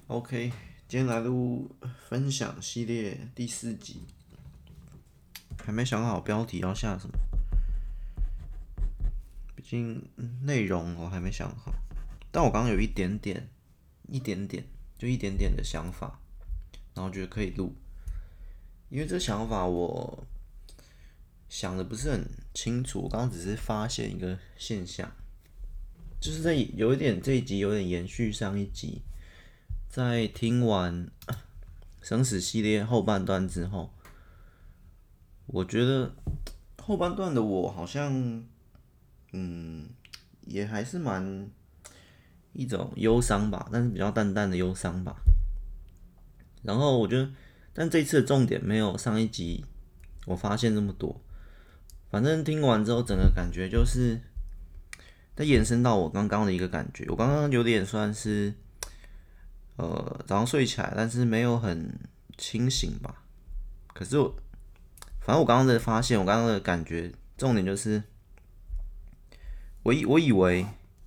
OK，今天来录分享系列第4集，还没想好标题要下什么，毕竟内容我还没想好。但我刚刚有一点点的想法，然后觉得可以录，因为这想法我想的不是很清楚，我刚刚只是发现一个现象，就是有一点这一集有点延续上一集，在听完生死系列后半段之后，我觉得后半段的我好像，也还是蛮一种忧伤吧，但是比较淡淡的忧伤吧。然后我觉得，但这一次的重点没有上一集我发现这么多。反正听完之后，整个感觉就是在延伸到我刚刚的一个感觉。我刚刚有点算是，早上睡起来，但是没有很清醒吧。可是反正我刚刚的发现，我刚刚的感觉，重点就是，我以为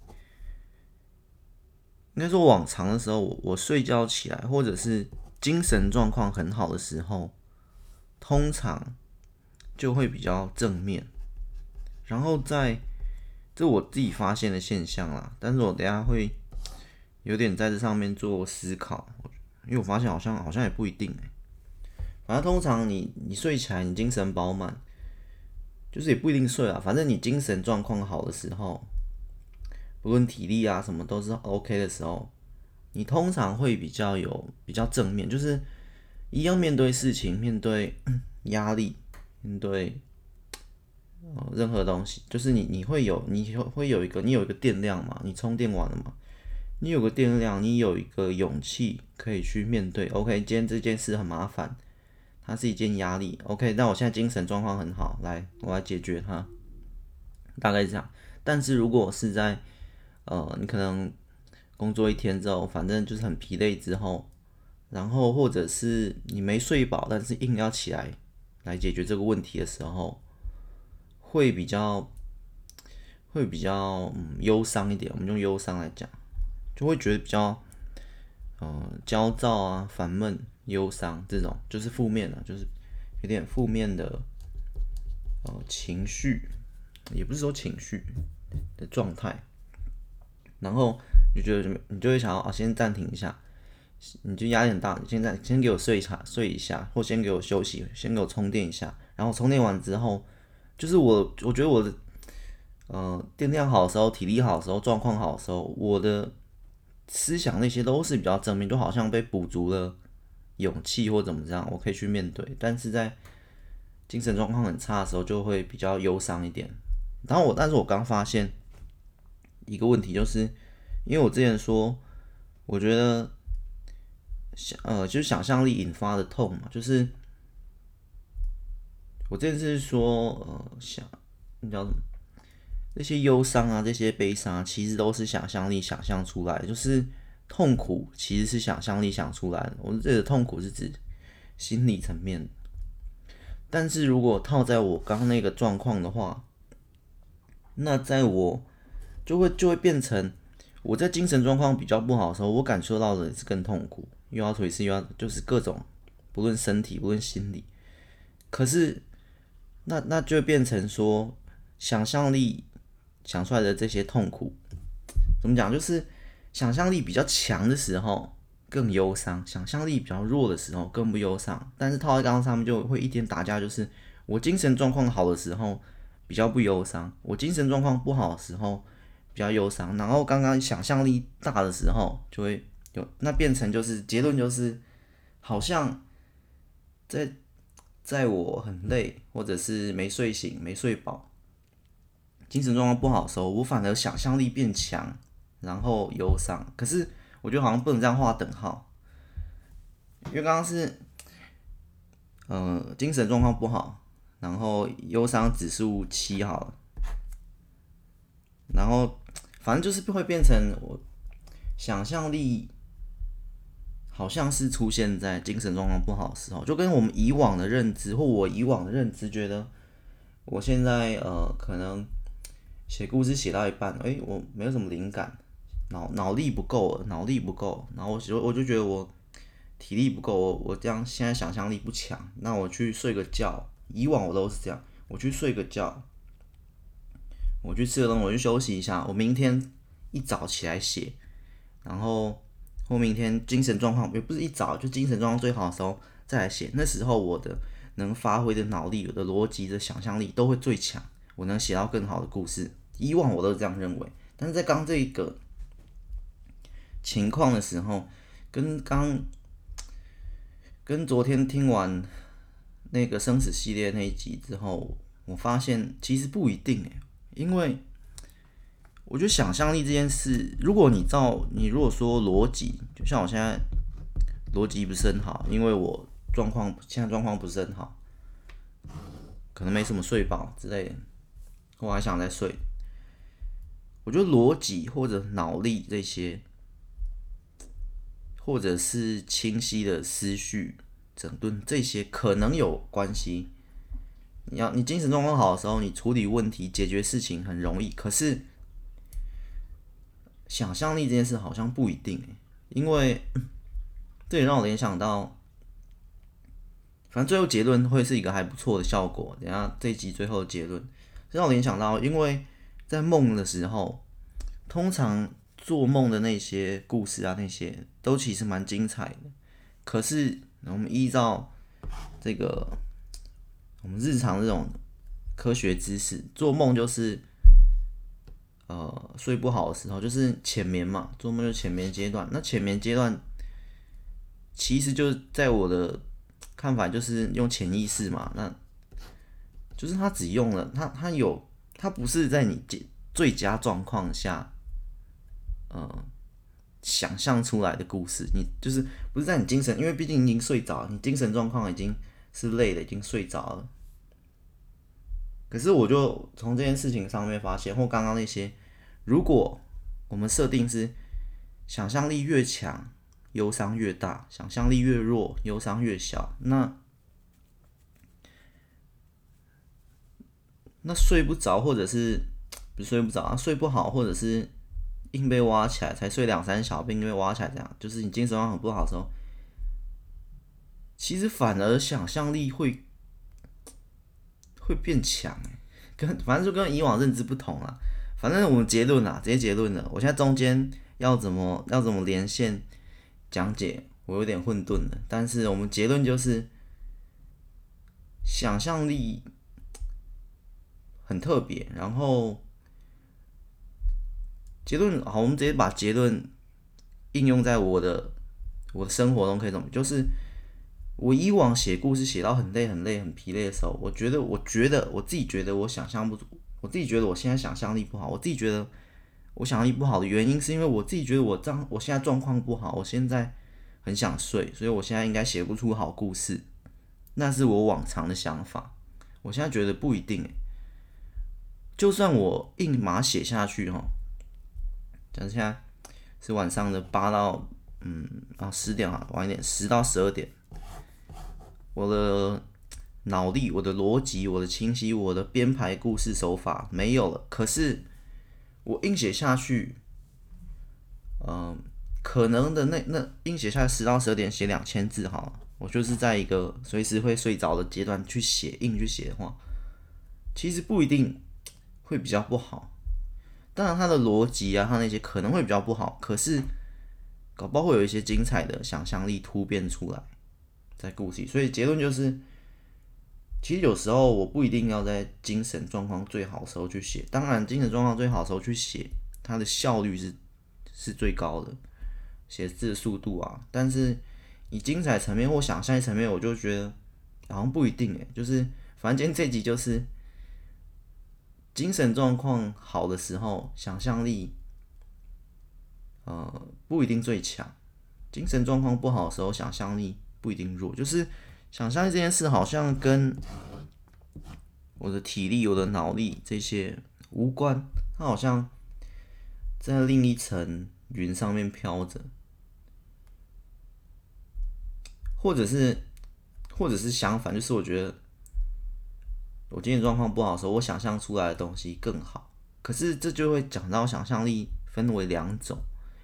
应该说往常的时候，我睡觉起来，或者是精神状况很好的时候，通常就会比较正面。然后这我自己发现的现象啦，但是我等一下会有点在这上面做思考，因为我发现好像也不一定反正通常你睡起来，你精神饱满，就是也不一定睡啊，反正你精神状况好的时候，不论体力啊什么都是 OK 的时候，你通常会比较正面，就是一样面对事情，面对压力，面对任何东西，就是你会有你有一个电量嘛，你充电完了嘛，你有个电量，你有一个勇气可以去面对。OK，今天这件事很麻烦，它是一件压力。OK，但我现在精神状况很好，我来解决它，大概是这样。但是如果是在你可能工作一天之后，反正就是很疲累之后，然后或者是你没睡饱，但是硬要起来解决这个问题的时候，会比较忧伤一点。我们用忧伤来讲，就会觉得比较焦躁啊、烦闷、忧伤这种，就是负面的，就是有点负面的情绪，也不是说情绪的状态。然后你就会想要先暂停一下，你就压力很大，你先给我睡一下，或先给我休息，先给我充电一下。然后充电完之后，就是我觉得我的电量好的时候，体力好的时候，状况好的时候，我的思想那些都是比较正面，就好像被补足了勇气或怎么样，我可以去面对。但是在精神状况很差的时候，就会比较忧伤一点。但是我刚发现一个问题，就是因为我之前说，我觉得就是想象力引发的痛嘛，就是我之前是说你叫什么？这些忧伤啊，这些悲伤啊，其实都是想象力想象出来的，就是痛苦其实是想象力想出来的。我这里的痛苦是指心理层面，但是如果套在我刚刚那个状况的话，那在我就会变成我在精神状况比较不好的时候，我感受到的是更痛苦，又要颓势，又要就是各种，不论身体，不论心理。可是那就会变成说，想象力想出来的这些痛苦，怎么讲？就是想象力比较强的时候更忧伤，想象力比较弱的时候更不忧伤。但是套在刚刚上面就会一天打架，就是我精神状况好的时候比较不忧伤，我精神状况不好的时候比较忧伤。然后刚刚想象力大的时候就会那变成就是结论就是，好像在我很累或者是没睡醒、没睡饱、精神状况不好的时候，我反而想象力变强，然后忧伤。可是我觉得好像不能这样画等号，因为刚刚是精神状况不好，然后忧伤指数7好了，然后反正就是会变成我想象力好像是出现在精神状况不好的时候，就跟我们以往的认知或我以往的认知觉得，我现在可能写故事写到一半，我没有什么灵感， 脑力不够了，脑力不够，然后我就觉得我体力不够，我这样现在想象力不强，那我去睡个觉。以往我都是这样，我去睡个觉，我去吃个东西，我去休息一下，我明天一早起来写，然后或明天精神状况也不是一早，就精神状况最好的时候再来写。那时候我的能发挥的脑力、我的逻辑的想象力都会最强，我能写到更好的故事。以往我都是这样认为，但是在刚这个情况的时候，跟昨天听完那个生死系列那一集之后，我发现其实不一定因为我觉得想象力这件事，如果如果说逻辑，就像我现在逻辑不是很好，因为我现在状况不是很好，可能没什么睡饱之类的，我还想再睡。我觉得逻辑或者脑力这些，或者是清晰的思绪、整顿这些可能有关系。你精神状况好的时候，你处理问题、解决事情很容易。可是想象力这件事好像不一定因为这也让我联想到，反正最后结论会是一个还不错的效果。等一下这一集最后的结论，让我联想到，因为在梦的时候，通常做梦的那些故事啊，那些都其实蛮精彩的。可是我们依照这个我们日常这种科学知识，做梦就是睡不好的时候，就是浅眠嘛，做梦就是浅眠阶段。那浅眠阶段其实就在我的看法，就是用潜意识嘛，那就是他只用了他不是在你最佳状况下，想象出来的故事，你就是不是在你精神，因为毕竟你已经睡着，你精神状况已经是累了，已经睡着了。可是我就从这件事情上面发现，或刚刚那些，如果我们设定是想象力越强，忧伤越大；想象力越弱，忧伤越小，那睡不着，或者是不是睡不着啊，睡不好，或者是硬被挖起来，才睡2-3小时，硬被挖起来，这样就是你精神状况很不好的时候，其实反而想象力会变强反正就跟以往认知不同啊。反正我们结论啊，直接结论了。我现在中间要怎么连线讲解，我有点混沌了。但是我们结论就是，想象力很特别。然后结论好，我们直接把结论应用在我的生活中，可以怎么？就是我以往写故事写到很累、很疲累的时候，我自己觉得我想象不出，我自己觉得我现在想象力不好，我自己觉得我想象力不好的原因是因为我自己觉得我现在状况不好，我现在很想睡，所以我现在应该写不出好故事。那是我往常的想法，我现在觉得不一定就算我硬马写下去假如现在是晚上的8到10点晚一点10到12点，我的脑力、我的逻辑、我的清晰、我的编排故事手法没有了。可是我硬写下去，可能的硬写下来10到12点写2000字好了，我就是在一个随时会睡着的阶段去写，硬去写的话，其实不一定会比较不好。当然，它的逻辑啊，它那些可能会比较不好，可是搞不好会有一些精彩的想象力突变出来在故事里。所以结论就是，其实有时候我不一定要在精神状况最好的时候去写。当然，精神状况最好的时候去写，它的效率是最高的，写字的速度啊。但是以精彩层面或想象力层面，我就觉得好像不一定就是反正今天这集就是精神状况好的时候，想象力不一定最强；精神状况不好的时候，想象力不一定弱。就是想象力这件事好像跟我的体力、我的脑力这些无关，它好像在另一层云上面飘着，或者是相反，就是我觉得我精神状况不好的时候，我想象出来的东西更好。可是这就会讲到想象力分为2种，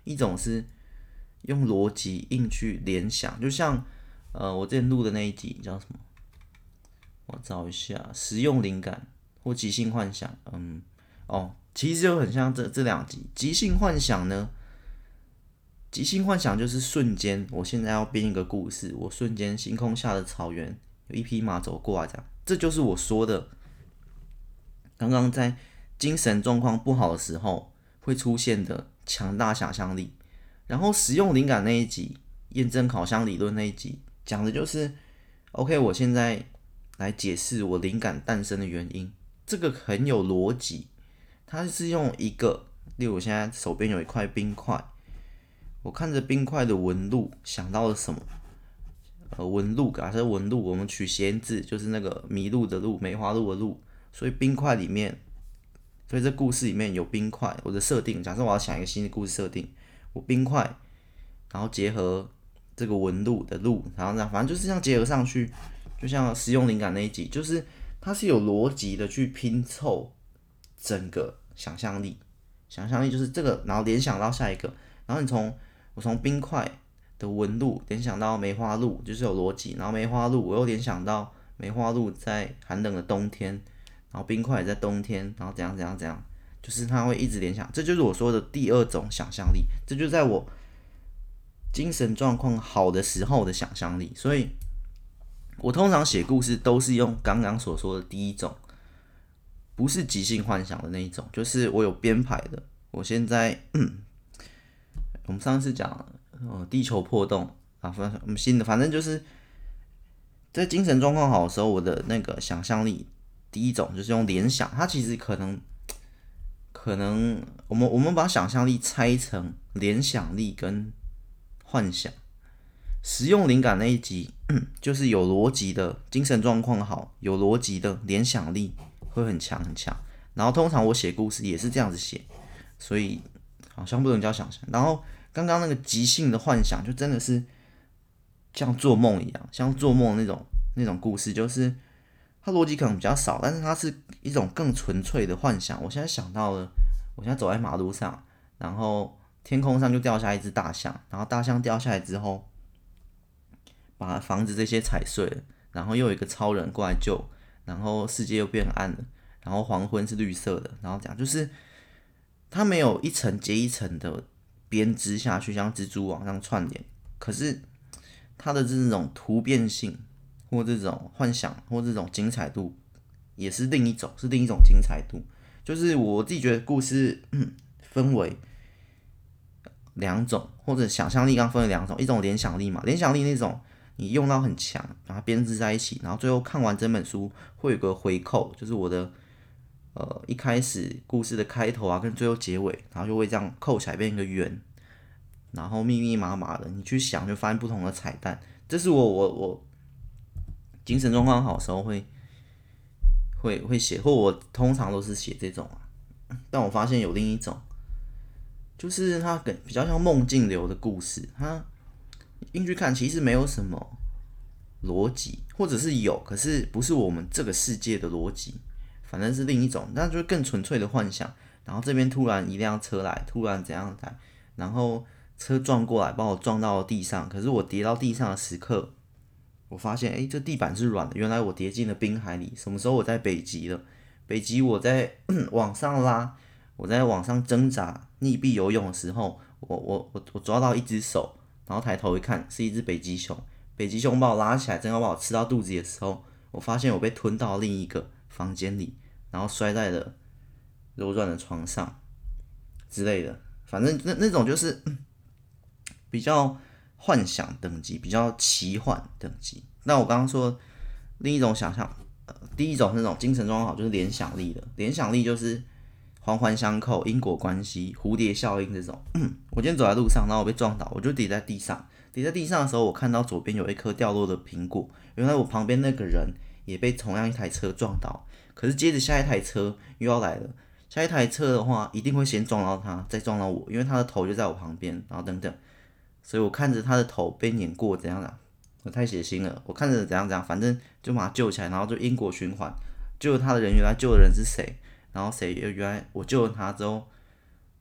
一种是用逻辑硬去联想，就像我之前录的那一集叫什么？我找一下，实用灵感或即兴幻想。其实就很像这两集。即兴幻想呢，即兴幻想就是瞬间，我现在要编一个故事，我瞬间星空下的草原有一匹马走过来，这就是我说的，刚刚在精神状况不好的时候会出现的强大想象力。然后实用灵感那一集，验证烤箱理论那一集，讲的就是，OK， 我现在来解释我灵感诞生的原因，这个很有逻辑。它是用一个，例如我现在手边有一块冰块，我看着冰块的纹路想到了什么？纹路，假设纹路，我们取谐音字，就是那个迷路的路，梅花鹿的鹿，所以冰块里面，所以这故事里面有冰块。我的设定，假设我要想一个新的故事设定，我冰块，然后结合这个纹路的路，然后这样，反正就是这样结合上去，就像实用灵感那一集，就是它是有逻辑的去拼凑整个想象力。想象力就是这个，然后联想到下一个，然后我从冰块的纹路联想到梅花鹿，就是有逻辑，然后梅花鹿我又联想到梅花鹿在寒冷的冬天，然后冰块也在冬天，然后怎样怎样怎样，就是它会一直联想，这就是我说的第二种想象力，这就在我精神状况好的时候的想象力。所以我通常写故事都是用刚刚所说的第一种，不是即兴幻想的那一种，就是我有编排的。我现在我们上次讲地球破洞啊，我们新的，反正就是在精神状况好的时候，我的那个想象力，第一种就是用联想，它其实可能我们把想象力拆成联想力跟幻想。实用灵感那一集就是有逻辑的，精神状况好，有逻辑的联想力会很强很强。然后通常我写故事也是这样子写，所以好像不能叫想象。然后刚刚那个即兴的幻想，就真的是像做梦一样，像做梦那种故事，就是它逻辑可能比较少，但是它是一种更纯粹的幻想。我现在想到了，我现在走在马路上，然后天空上就掉下一只大象，然后大象掉下来之后，把房子这些踩碎了，然后又有一个超人过来救，然后世界又变暗了，然后黄昏是绿色的，然后讲就是它没有一层接一层的编织下去，像蜘蛛网这样串联，可是它的这种突变性或这种幻想或这种精彩度也是另一种精彩度。就是我自己觉得故事分为两种，或者想象力刚分为两种，一种联想力嘛，联想力那种你用到很强，把它编织在一起，然后最后看完整本书会有个回扣，就是我的一开始故事的开头啊跟最后结尾，然后就会这样扣起来变一个圆，然后密密麻麻的，你去想就发现不同的彩蛋。这是我精神状况好的时候会写，或我通常都是写这种啊。但我发现有另一种，就是它比较像梦境流的故事，它硬去看其实没有什么逻辑，或者是有，可是不是我们这个世界的逻辑，反正是另一种，那就是更纯粹的幻想。然后这边突然一辆车来，突然怎样来，然后车撞过来把我撞到了地上，可是我跌到地上的时刻，我发现这地板是软的，原来我跌进了冰海里。什么时候我在北极了？北极我在往上拉，我在往上挣扎溺毙游泳的时候，我抓到一只手，然后抬头一看是一只北极熊，北极熊把我拉起来，正要把我吃到肚子里的时候，我发现我被吞到另一个房间里，然后摔在了柔软的床上之类的。反正那种就是比较幻想等级，比较奇幻等级。那我刚刚说另一种想象，第一种那种精神状况好，就是联想力的。联想力就是环环相扣、因果关系、蝴蝶效应这种。我今天走在路上，然后我被撞倒，我就跌在地上。跌在地上的时候，我看到左边有一颗掉落的苹果，原来我旁边那个人也被同样一台车撞倒。可是接着下一台车又要来了，下一台车的话一定会先撞到他，再撞到我，因为他的头就在我旁边，然后等等。所以我看着他的头被碾过，怎样的，我太血腥了。我看着怎样怎样，反正就把他救起来，然后就因果循环。救了他的人原来救的人是谁？然后谁原来我救了他之后，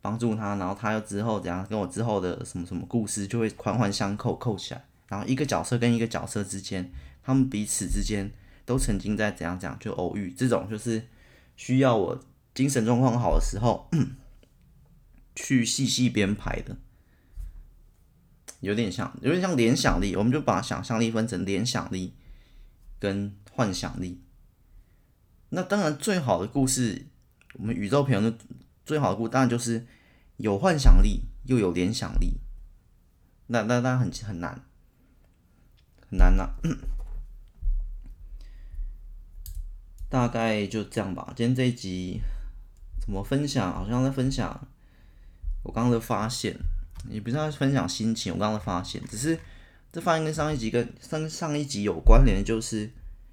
帮助他，然后他又之后怎样跟我之后的什么什么故事就会环环相扣扣起来，然后一个角色跟一个角色之间，他们彼此之间都曾经在怎样讲就偶遇，这种就是需要我精神状况好的时候去细细编排的，有点像联想力，我们就把想象力分成联想力跟幻想力。那当然，最好的故事，我们宇宙朋友的最好的故事，当然就是有幻想力又有联想力。那当然很难很难呐、大概就这样吧。今天这一集怎么分享？好像在分享我刚刚的发现，也不是在分享心情。我刚刚的发现，只是这发现跟上一集有关联的，就是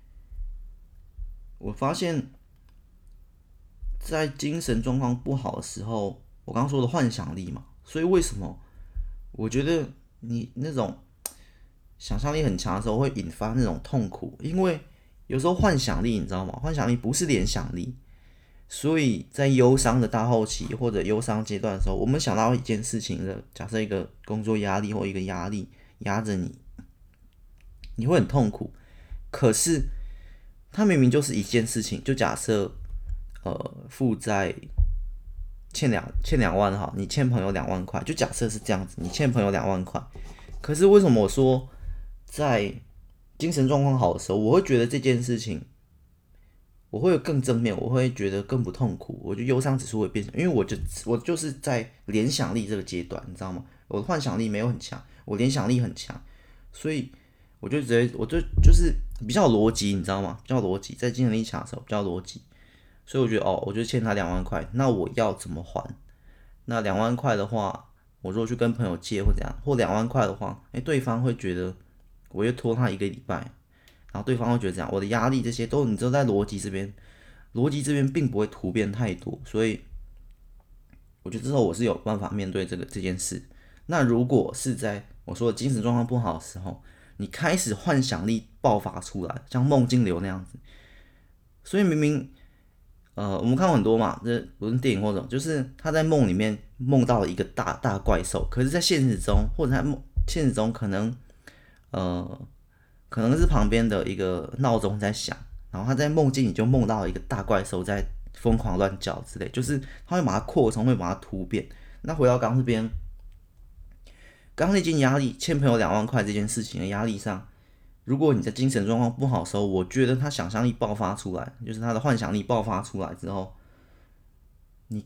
我发现，在精神状况不好的时候，我刚刚说的幻想力嘛，所以为什么我觉得你那种想象力很强的时候会引发那种痛苦？因为有时候幻想力你知道吗？幻想力不是联想力，所以在忧伤的大后期或者忧伤阶段的时候，我们想到一件事情的，假设一个工作压力或一个压力压着你，你会很痛苦。可是它明明就是一件事情，就假设负债欠两万哈，你欠朋友2万块，就假设是这样子，你欠朋友2万块。可是为什么我说在精神状况好的时候，我会觉得这件事情我会更正面，我会觉得更不痛苦，我觉得忧伤指数会变小，因为我就是在联想力这个阶段，你知道吗？我的幻想力没有很强，我联想力很强，所以我就直接就是比较逻辑，你知道吗？比较逻辑，在精神力强的时候比较逻辑，所以我觉得我就欠他2万块，那我要怎么还？那2万块的话，我如果去跟朋友借或怎样，或2万块的话，对方会觉得我又拖他一个礼拜，然后对方会觉得这样，我的压力这些都你知道在逻辑这边，逻辑这边并不会突变太多，所以我觉得之后我是有办法面对这件事。那如果是在我说的精神状况不好的时候，你开始幻想力爆发出来，像梦境流那样子，所以明明我们看过很多嘛，这不是电影或者就是他在梦里面梦到了一个大怪兽，可是，在现实中或者在现实中可能是旁边的一个闹钟在响，然后他在梦境里就梦到了一个大怪兽在疯狂乱叫之类，就是他会把它扩充，会把它突变。那回到刚这边，刚刚那件压力，欠朋友2万块这件事情的压力上，如果你在精神状况不好的时候，我觉得他想象力爆发出来，就是他的幻想力爆发出来之后，你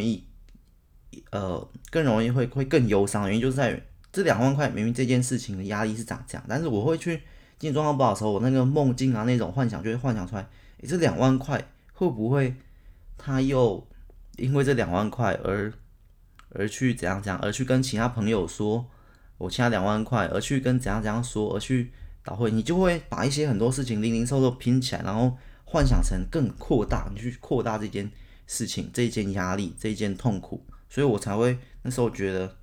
更容易会更忧伤，原因就是在于这2万块明明这件事情的压力是长这样，但是我会去精神状况不好的时候，我那个梦境啊那种幻想就会幻想出来，这2万块会不会他又因为这2万块而去怎样怎样，而去跟其他朋友说我欠他2万块，而去跟怎样怎样说，而去导会，你就会把一些很多事情零零凑凑拼起来，然后幻想成更扩大，你去扩大这件事情、这一件压力、这一件痛苦，所以我才会那时候觉得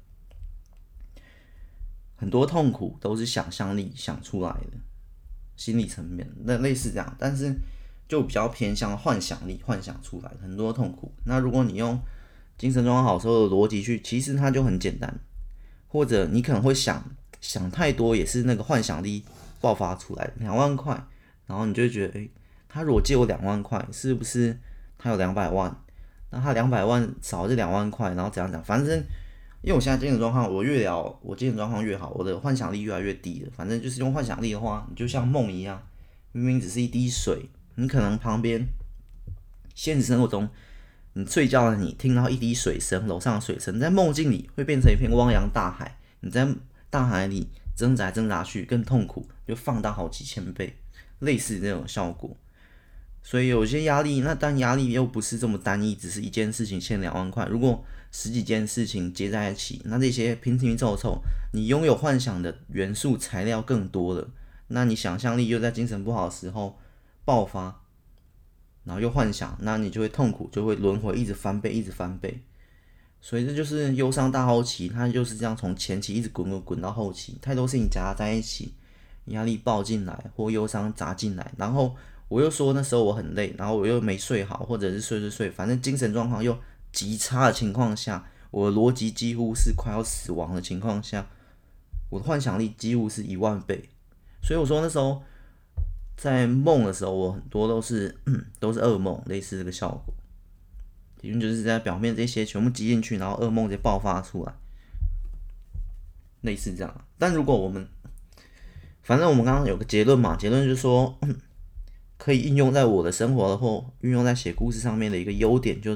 很多痛苦都是想象力想出来的，心理层面那类似这样，但是就比较偏向幻想力幻想出来的很多痛苦。那如果你用精神状况好时候的逻辑去，其实它就很简单，或者你可能会想太多，也是那个幻想力爆发出来的2万块，然后你就会觉得，他如果借我2万块，是不是他有200万？那他200万少这2万块，然后怎样讲？反正因为我现在精神状况，我越聊我精神状况越好，我的幻想力越来越低了。反正就是用幻想力的话，你就像梦一样，明明只是一滴水，你可能旁边现实生活中你睡觉的你听到一滴水声，楼上的水声，在梦境里会变成一片汪洋大海。你在大海里挣扎去，更痛苦，就放大好几千倍，类似这种效果。所以有些压力，那但压力又不是这么单一，只是一件事情欠2万块。如果十几件事情接在一起，那这些拼拼凑凑，你拥有幻想的元素材料更多了，那你想象力又在精神不好的时候爆发，然后又幻想，那你就会痛苦，就会轮回，一直翻倍，一直翻倍。所以这就是忧伤大后期，它就是这样从前期一直滚到后期，太多事情夹在一起，压力爆进来或忧伤砸进来，然后我又说那时候我很累，然后我又没睡好，或者是睡，反正精神状况又极差的情况下， 我的逻辑几乎是快要死亡的情况下，我的幻想力几乎是10000倍。所以我说那时候在梦的时候，我很多都是噩梦，类似这个效果。因为就是在表面这些全部积进去，然后噩梦就爆发出来，类似这样。但如果反正我们刚刚有个结论嘛，结论就是说，可以应用在我的生活或运用在写故事上面的一个优点就是，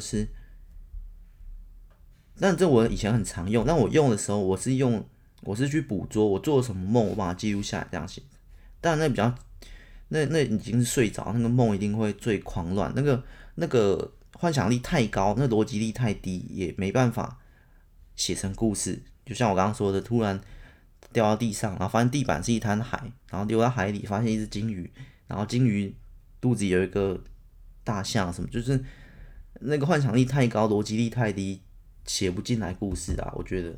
但这我以前很常用，但我用的时候我是去捕捉我做了什么梦，我把它记录下来这样写。但那比较那已经是睡着，那个梦一定会最狂乱，那个幻想力太高，那逻辑力太低，也没办法写成故事。就像我刚刚说的，突然掉到地上，然后发现地板是一滩海，然后丢到海里，发现一只金鱼，然后金鱼肚子有一个大象，什么就是那个幻想力太高，逻辑力太低，写不进来故事啊。我觉得，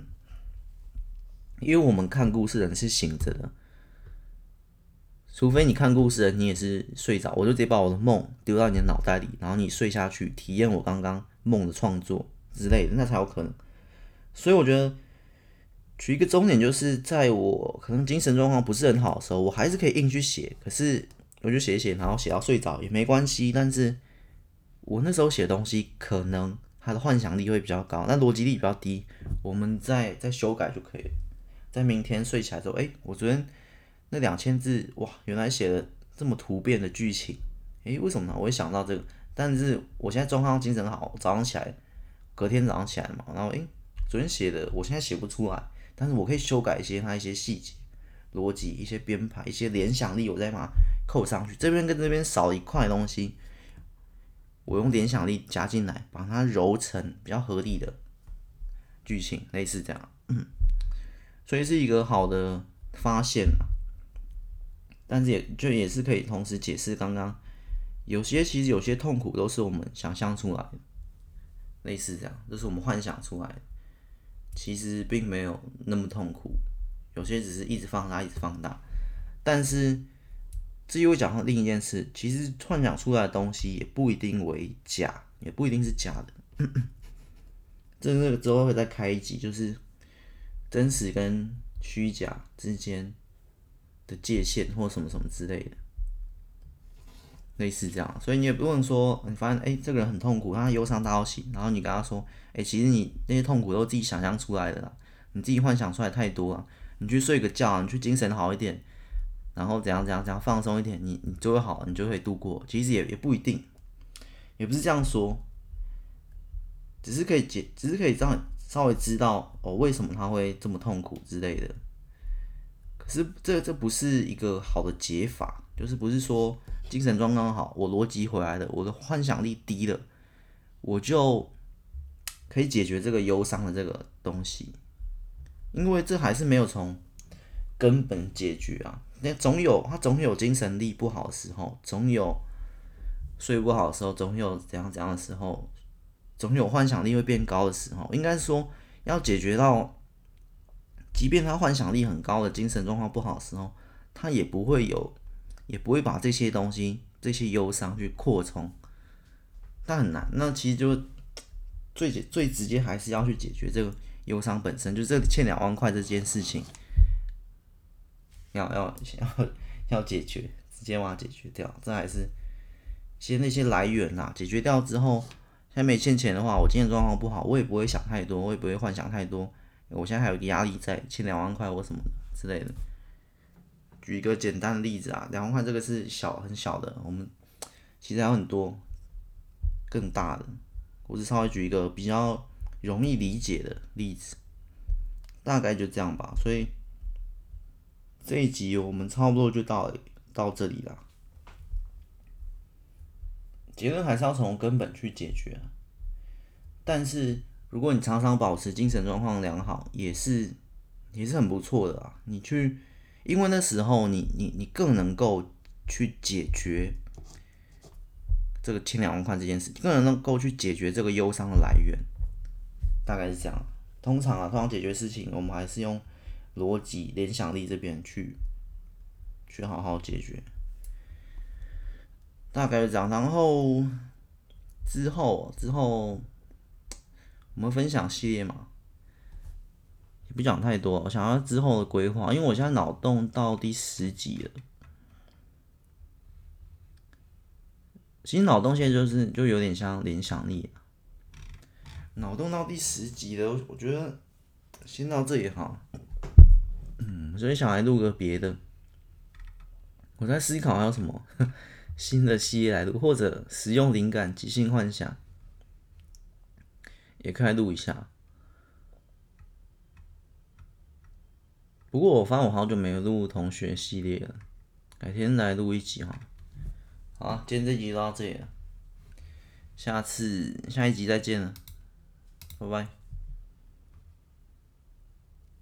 因为我们看故事的人是醒着的，除非你看故事的人你也是睡着，我就直接把我的梦丢到你的脑袋里，然后你睡下去体验我刚刚梦的创作之类的，那才有可能。所以我觉得取一个终点，就是在我可能精神状况不是很好的时候，我还是可以硬去写，可是我就写一写，然后写到睡着也没关系。但是我那时候写的东西，可能它的幻想力会比较高，但逻辑力比较低，我们再修改就可以了。在明天睡起来之后，我昨天那2000字，哇，原来写了这么突变的剧情，为什么呢？我会想到这个，但是我现在状况精神好，早上起来，隔天早上起来嘛，然后昨天写的，我现在写不出来，但是我可以修改它一些细节、逻辑、一些编排、一些联想力，我再把它扣上去。这边跟这边少一块东西，我用联想力加进来，把它揉成比较合理的剧情，类似这样。所以是一个好的发现嘛。但是也是可以同时解释刚刚其实有些痛苦都是我们想象出来的，类似这样，这是我们幻想出来的，其实并没有那么痛苦，有些只是一直放大，一直放大。但是至于我讲到另一件事，其实幻想出来的东西也不一定为假，也不一定是假的。这个之后会再开一集，就是真实跟虚假之间的界限或什么什么之类的，类似这样。所以你也不能说你发现这个人很痛苦，他忧伤到醒，然后你跟他说其实你那些痛苦都是自己想象出来的啦，你自己幻想出来太多了，你去睡个觉，你去精神好一点，然后怎样怎样怎样放松一点，你就会好，你就会度过。其实也不一定，也不是这样说，只是可以让你稍微知道为什么他会这么痛苦之类的。可是这不是一个好的解法，就是不是说精神状况好，我逻辑回来了，我的幻想力低了，我就可以解决这个忧伤的这个东西，因为这还是没有从根本解决啊。他总有精神力不好的时候，总有睡不好的时候，总有怎样怎样的时候，总有幻想力会变高的时候。应该说要解决到，即便他幻想力很高的精神状况不好的时候，他也不会把这些东西、这些忧伤去扩充，但很难。那其实就最直接还是要去解决这个忧伤本身，就这欠20000块这件事情，要解决，直接把它解决掉。这还是先那些来源啦，解决掉之后，现在没欠钱的话，我今天状况不好，我也不会想太多，我也不会幻想太多。我现在还有一个压力在，欠20000块或什么的之类的。举一个简单的例子啊，20000块这个是很小的，我们其实还有很多更大的。我只稍微举一个比较容易理解的例子，大概就这样吧。所以这一集我们差不多就到这里了。结论还是要从根本去解决，但是如果你常常保持精神状况良好，也是很不错的啊。因为那时候你更能够去解决这个欠20000块这件事，更能够去解决这个忧伤的来源，大概是这样。通常解决事情，我们还是用逻辑、联想力这边去好好解决，大概是这样。然后之后我们分享系列嘛，也不讲太多，我想要之后的规划，因为我现在脑洞到第10集了。其实脑洞现在就有点像联想力，脑洞到第10集了，我觉得先到这里好。所以想来录个别的，我在思考还有什么新的系列来录，或者使用灵感、即兴幻想，也可以录一下。不过我发现我好久没有录同学系列了，改天来录一集哈。好啊，今天这集就到这里了，下一集再见了，拜拜。